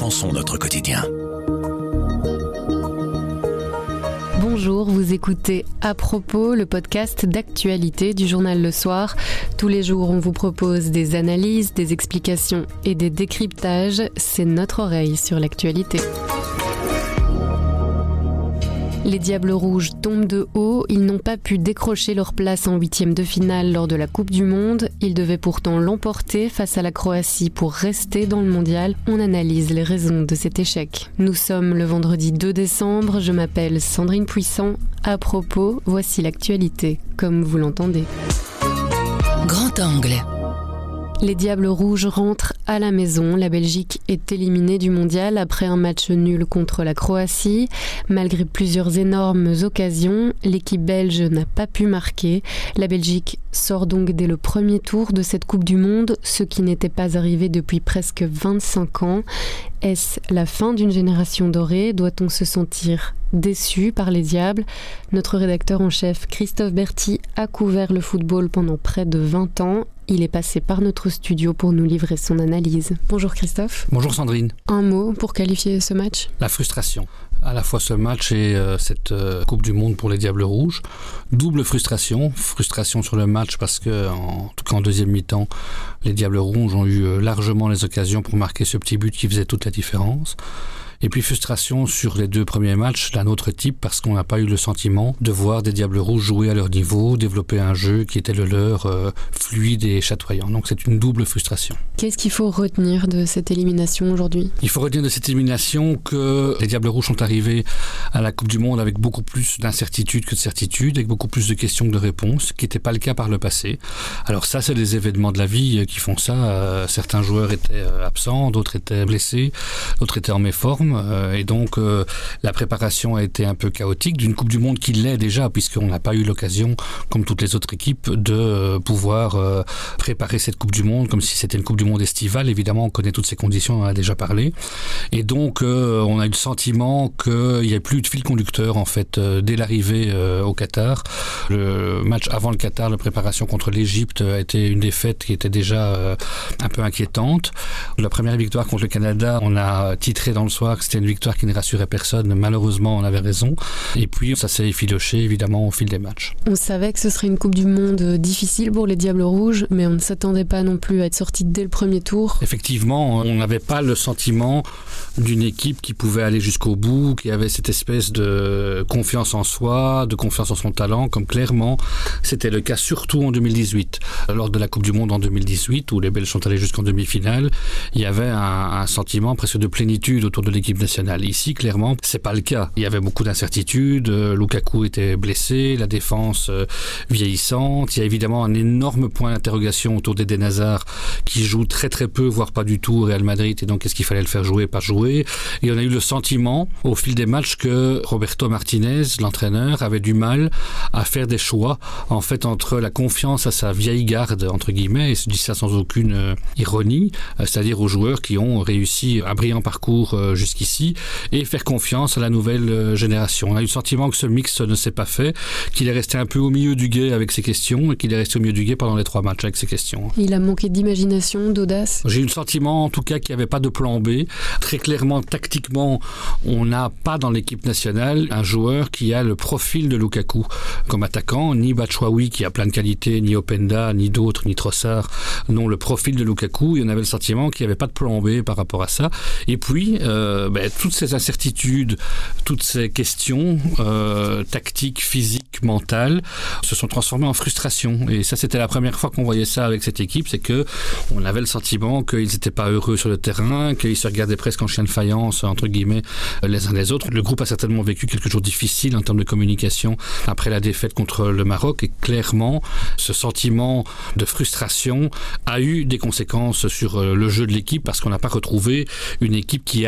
repensons notre quotidien. Bonjour, vous écoutez À propos, le podcast d'actualité du journal Le Soir. Tous les jours, on vous propose des analyses, des explications et des décryptages. C'est notre oreille sur l'actualité. Les Diables Rouges tombent de haut, ils n'ont pas pu décrocher leur place en 8e de finale lors de la Coupe du Monde. Ils devaient pourtant l'emporter face à la Croatie pour rester dans le mondial. On analyse les raisons de cet échec. Nous sommes le vendredi 2 décembre, je m'appelle Sandrine Puissant. À propos, voici l'actualité, comme vous l'entendez. Grand angle. Les Diables Rouges rentrent à la maison. La Belgique est éliminée du mondial après un match nul contre la Croatie. Malgré plusieurs énormes occasions, l'équipe belge n'a pas pu marquer. La Belgique sort donc dès le premier tour de cette Coupe du Monde, ce qui n'était pas arrivé depuis presque 25 ans. Est-ce la fin d'une génération dorée ? Doit-on se sentir déçu par les Diables ? Notre rédacteur en chef, Christophe Berti, a couvert le football pendant près de 20 ans. Il est passé par notre studio pour nous livrer son analyse. Bonjour Christophe. Bonjour Sandrine. Un mot pour qualifier ce match ? La frustration. À la fois ce match et cette Coupe du Monde pour les Diables Rouges. Double frustration. Frustration sur le match parce que, en tout cas en deuxième mi-temps, les Diables Rouges ont eu largement les occasions pour marquer ce petit but qui faisait toute la différence. Et puis frustration sur les deux premiers matchs d'un autre type parce qu'on n'a pas eu le sentiment de voir des Diables Rouges jouer à leur niveau, développer un jeu qui était le leur fluide et chatoyant. Donc c'est une double frustration. Qu'est-ce qu'il faut retenir de cette élimination aujourd'hui ? Il faut retenir de cette élimination que les Diables Rouges sont arrivés à la Coupe du Monde avec beaucoup plus d'incertitudes que de certitudes, avec beaucoup plus de questions que de réponses, ce qui n'était pas le cas par le passé. Alors ça, c'est des événements de la vie qui font ça. Certains joueurs étaient absents, d'autres étaient blessés, d'autres étaient en méforme. Et donc la préparation a été un peu chaotique d'une Coupe du Monde qui l'est déjà puisqu'on n'a pas eu l'occasion, comme toutes les autres équipes, de pouvoir préparer cette Coupe du Monde comme si c'était une Coupe du Monde estivale. Évidemment, on connaît toutes ces conditions, on en a déjà parlé. Et donc on a eu le sentiment qu'il n'y a plus de fil conducteur en fait dès l'arrivée au Qatar. Le match avant le Qatar, la préparation contre l'Égypte a été une défaite qui était déjà un peu inquiétante. La première victoire contre le Canada, on a titré dans le soir que c'était une victoire qui ne rassurait personne. Malheureusement, on avait raison. Et puis, ça s'est effiloché, évidemment, au fil des matchs. On savait que ce serait une Coupe du Monde difficile pour les Diables Rouges, mais on ne s'attendait pas non plus à être sorti dès le premier tour. Effectivement, on n'avait pas le sentiment d'une équipe qui pouvait aller jusqu'au bout, qui avait cette espèce de confiance en soi, de confiance en son talent, comme clairement, c'était le cas surtout en 2018. Lors de la Coupe du Monde en 2018, où les Belges sont allés jusqu'en demi-finale, il y avait un sentiment presque de plénitude autour de l'équipe nationale. Ici, clairement, c'est pas le cas. Il y avait beaucoup d'incertitudes. Lukaku était blessé, la défense vieillissante. Il y a évidemment un énorme point d'interrogation autour d'Eden Hazard qui joue très très peu, voire pas du tout au Real Madrid. Et donc, est-ce qu'il fallait le faire jouer, pas jouer ? Et on a eu le sentiment, au fil des matchs, que Roberto Martinez, l'entraîneur, avait du mal à faire des choix, en fait, entre la confiance à sa vieille garde, entre guillemets, et je dis ça sans aucune ironie, c'est-à-dire aux joueurs qui ont réussi un brillant parcours jusqu'ici, et faire confiance à la nouvelle génération. On a eu le sentiment que ce mix ne s'est pas fait, qu'il est resté un peu au milieu du gué avec ses questions, et qu'il est resté au milieu du gué pendant les 3 matchs avec ses questions. Il a manqué d'imagination, d'audace ? J'ai eu le sentiment, en tout cas, qu'il n'y avait pas de plan B. Très clairement, tactiquement, on n'a pas dans l'équipe nationale un joueur qui a le profil de Lukaku comme attaquant, ni Batshuayi qui a plein de qualités, ni Openda, ni d'autres, ni Trossard, n'ont le profil de Lukaku, et on avait le sentiment qu'il n'y avait pas de plan B par rapport à ça. Et puis, toutes ces incertitudes, toutes ces questions tactiques, physiques, mentales, se sont transformées en frustration. Et ça, c'était la première fois qu'on voyait ça avec cette équipe, c'est que on avait le sentiment qu'ils n'étaient pas heureux sur le terrain, qu'ils se regardaient presque en chien de faïence, entre guillemets, les uns les autres. Le groupe a certainement vécu quelques jours difficiles en termes de communication après la défaite contre le Maroc, et clairement, ce sentiment de frustration a eu des conséquences sur le jeu de l'équipe, parce qu'on n'a pas retrouvé une équipe qui allait de l'avant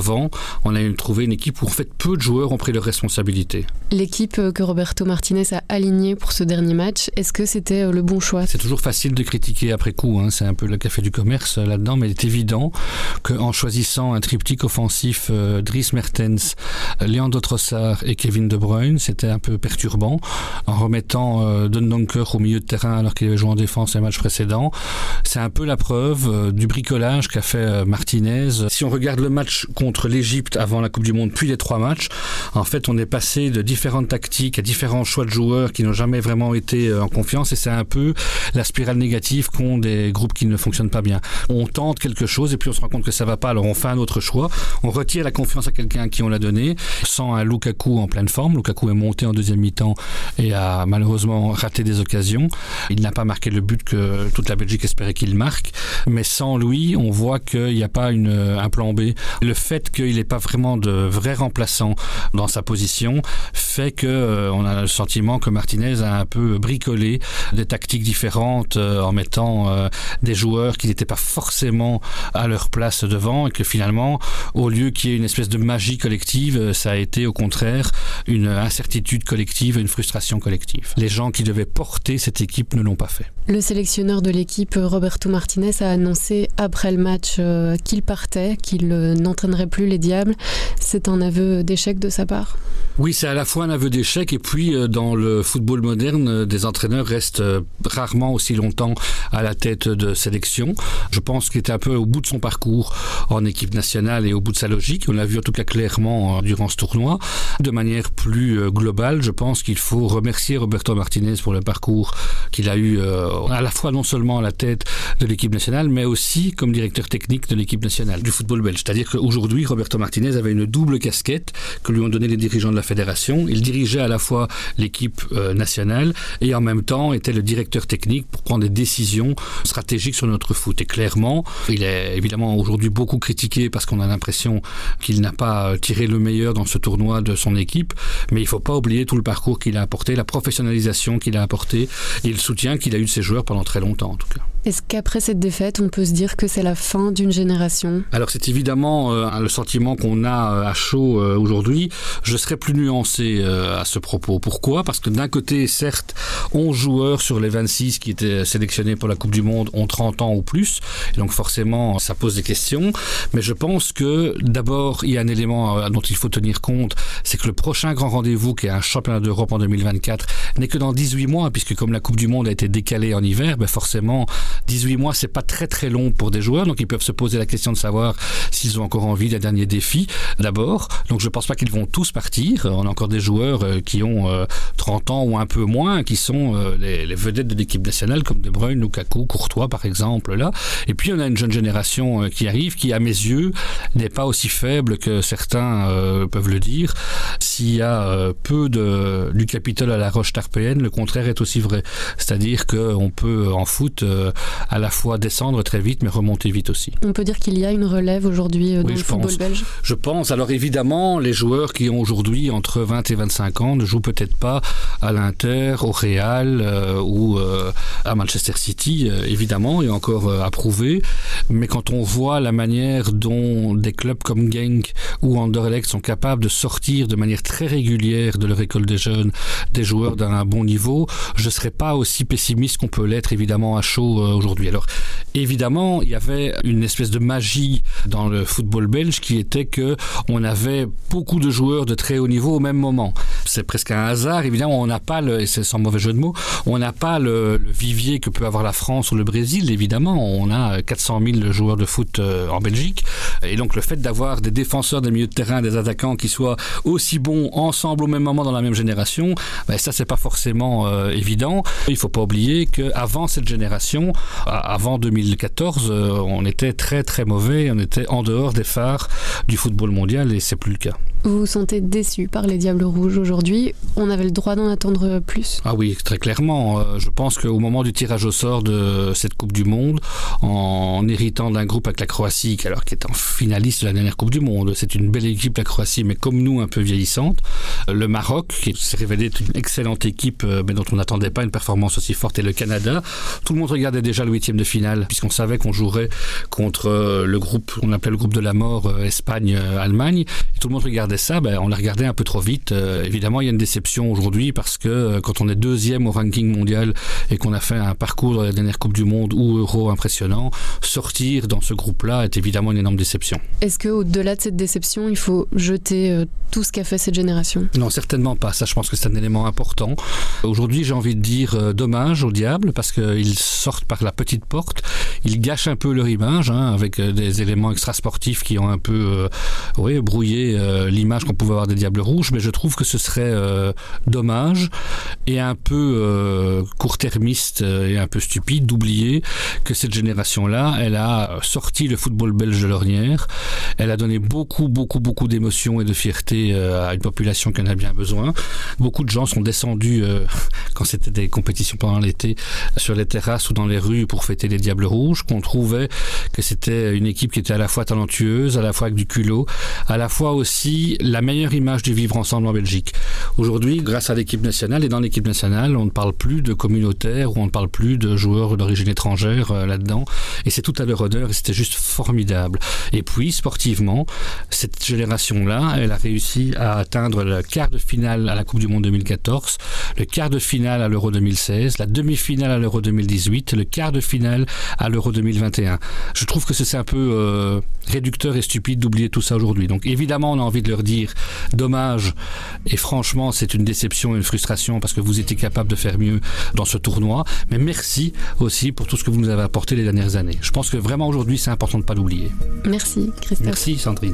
qu'avant, on a trouvé une équipe où en fait peu de joueurs ont pris leurs responsabilités. L'équipe que Roberto Martinez a alignée pour ce dernier match, est-ce que c'était le bon choix ? C'est toujours facile de critiquer après coup, c'est un peu le café du commerce là-dedans, mais il est évident qu'en choisissant un triptyque offensif Dries Mertens, Leandro Trossard et Kevin De Bruyne, c'était un peu perturbant. En remettant Dendoncker au milieu de terrain alors qu'il avait joué en défense les matchs précédents, c'est un peu la preuve du bricolage qu'a fait Martinez. Si on regarde le match contre l'Égypte avant la Coupe du Monde, puis les 3 matchs, en fait on est passé de différentes tactiques à différents choix de joueurs qui n'ont jamais vraiment été en confiance, et c'est un peu la spirale négative qu'ont des groupes qui ne fonctionnent pas bien. On tente quelque chose et puis on se rend compte que ça va pas, alors on fait un autre choix, on retire la confiance à quelqu'un à qui on l'a donné, sans un Lukaku en pleine forme. Lukaku est monté en deuxième mi-temps et a malheureusement raté des occasions. Il n'a pas marqué le but que toute la Belgique espérait qu'il marque, mais sans lui, on voit qu'il n'y a pas un plan B. Le fait qu'il n'ait pas vraiment de vrai remplaçant dans sa position fait qu'on a le sentiment que Martinez a un peu bricolé des tactiques différentes en mettant des joueurs qui n'étaient pas forcément à leur place devant, et que finalement, au lieu qu'il y ait une espèce de magie collective, ça a été au contraire une incertitude collective, une frustration collective. Les gens qui devaient porter cette équipe ne l'ont pas fait. Le sélectionneur de l'équipe, Roberto Martinez, a annoncé après le match qu'il partait, qu'il n'entraînerait plus les Diables. C'est un aveu d'échec de sa part ? Oui, c'est à la fois un aveu d'échec et puis dans le football moderne, des entraîneurs restent rarement aussi longtemps à la tête de sélection. Je pense qu'il était un peu au bout de son parcours en équipe nationale et au bout de sa logique. On l'a vu en tout cas clairement durant ce tournoi. De manière plus globale, je pense qu'il faut remercier Roberto Martinez pour le parcours qu'il a eu à la fois non seulement à la tête de l'équipe nationale, mais aussi comme directeur technique de l'équipe nationale du football belge. C'est-à-dire qu'aujourd'hui, Roberto Martinez avait une double casquette que lui ont donné les dirigeants de la fédération. Il dirigeait à la fois l'équipe nationale et en même temps était le directeur technique pour prendre des décisions stratégiques sur notre foot. Et clairement, il est évidemment aujourd'hui beaucoup critiqué parce qu'on a l'impression qu'il n'a pas tiré le meilleur dans ce tournoi de son équipe, mais il ne faut pas oublier tout le parcours qu'il a apporté, la professionnalisation qu'il a apporté et le soutien qu'il a eu de ses joueurs pendant très longtemps en tout cas. Est-ce qu'après cette défaite, on peut se dire que c'est la fin d'une génération ? Alors c'est évidemment le sentiment qu'on a à chaud aujourd'hui. Je serais plus nuancé à ce propos. Pourquoi ? Parce que d'un côté, certes, 11 joueurs sur les 26 qui étaient sélectionnés pour la Coupe du Monde ont 30 ans ou plus. Et donc forcément, ça pose des questions. Mais je pense que d'abord, il y a un élément dont il faut tenir compte, c'est que le prochain grand rendez-vous, qui est un championnat d'Europe en 2024, n'est que dans 18 mois, puisque comme la Coupe du Monde a été décalée en hiver, forcément, 18 mois, c'est pas très très long pour des joueurs, donc ils peuvent se poser la question de savoir s'ils ont encore envie d'un dernier défi, d'abord. Donc je pense pas qu'ils vont tous partir. On a encore des joueurs qui ont 30 ans ou un peu moins, qui sont les vedettes de l'équipe nationale, comme De Bruyne, Lukaku, Courtois par exemple, là. Et puis on a une jeune génération qui arrive, qui à mes yeux n'est pas aussi faible que certains peuvent le dire. S'il y a peu du Capitole à la roche tarpéenne, le contraire est aussi vrai. C'est-à-dire qu'on peut en foot à la fois descendre très vite mais remonter vite aussi. On peut dire qu'il y a une relève aujourd'hui dans le football belge ? Je pense. Alors évidemment, les joueurs qui ont aujourd'hui entre 20 et 25 ans ne jouent peut-être pas à l'Inter, au Real ou à Manchester City, évidemment, et encore à prouver. Mais quand on voit la manière dont des clubs comme Genk ou Anderlecht sont capables de sortir de manière très régulière de leur école des jeunes des joueurs d'un bon niveau, je ne serais pas aussi pessimiste qu'on peut l'être évidemment à chaud aujourd'hui. Alors évidemment, il y avait une espèce de magie dans le football belge qui était que on avait beaucoup de joueurs de très haut niveau au même moment. C'est presque un hasard. Évidemment, on n'a pas et c'est sans mauvais jeu de mots, on n'a pas le vivier que peut avoir la France ou le Brésil. Évidemment, on a 400 000 joueurs de foot en Belgique. Et donc, le fait d'avoir des défenseurs, des milieux de terrain, des attaquants qui soient aussi bons ensemble au même moment dans la même génération, ça, c'est pas forcément évident. Il faut pas oublier qu'avant cette génération, avant 2014, on était très très mauvais. On était en dehors des phares du football mondial et c'est plus le cas. Vous vous sentez déçu par les Diables Rouges aujourd'hui ? On avait le droit d'en attendre plus ? Ah oui, très clairement. Je pense qu'au moment du tirage au sort de cette Coupe du Monde, en héritant d'un groupe avec la Croatie, qui est en finaliste de la dernière Coupe du Monde, c'est une belle équipe la Croatie, mais comme nous un peu vieillissante. Le Maroc, qui s'est révélé être une excellente équipe, mais dont on n'attendait pas une performance aussi forte, et le Canada. Tout le monde regardait déjà le 8e de finale, puisqu'on savait qu'on jouerait contre le groupe, on appelait le groupe de la mort, Espagne-Allemagne, et tout le monde regardait ça, on l'a regardé un peu trop vite. Évidemment, il y a une déception aujourd'hui parce que quand on est deuxième au ranking mondial et qu'on a fait un parcours dans la dernière Coupe du Monde ou Euro impressionnant, sortir dans ce groupe-là est évidemment une énorme déception. Est-ce qu'au-delà de cette déception, il faut jeter tout ce qu'a fait cette génération ? Non, certainement pas. Ça, je pense que c'est un élément important. Aujourd'hui, j'ai envie de dire dommage au diable parce qu'ils sortent par la petite porte. Ils gâchent un peu leur image avec des éléments extrasportifs qui ont un peu brouillé l'image qu'on pouvait avoir des Diables Rouges. Mais je trouve que ce serait dommage et un peu court-termiste et un peu stupide d'oublier que cette génération-là, elle a sorti le football belge de l'ornière. Elle a donné beaucoup d'émotions et de fierté à une population qui en a bien besoin. Beaucoup de gens sont descendus quand c'était des compétitions pendant l'été sur les terrasses ou dans les rues pour fêter les Diables Rouges, qu'on trouvait que c'était une équipe qui était à la fois talentueuse, à la fois avec du culot, à la fois aussi la meilleure image du vivre ensemble en Belgique. Aujourd'hui, grâce à l'équipe nationale, et dans l'équipe nationale, on ne parle plus de communautaire ou on ne parle plus de joueurs d'origine étrangère là-dedans, et c'est tout à leur honneur et c'était juste formidable. Et puis, sportivement, cette génération-là, elle a réussi à atteindre le quart de finale à la Coupe du Monde 2014, le quart de finale à l'Euro 2016, la demi-finale à l'Euro 2018, le quart de finale à l'Euro 2021. Je trouve que c'est un peu réducteur et stupide d'oublier tout ça aujourd'hui. Donc évidemment, on a envie de leur dire dommage, et franchement, c'est une déception et une frustration parce que vous étiez capable de faire mieux dans ce tournoi, mais merci aussi pour tout ce que vous nous avez apporté les dernières années. Je pense que vraiment aujourd'hui, c'est important de ne pas l'oublier. Merci Christophe. Merci Sandrine.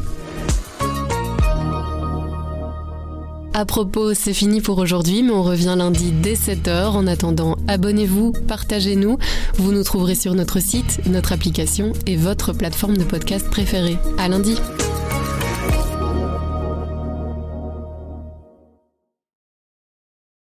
À propos, c'est fini pour aujourd'hui, mais on revient lundi dès 7h. En attendant, abonnez-vous, partagez-nous. Vous nous trouverez sur notre site, notre application et votre plateforme de podcast préférée. À lundi.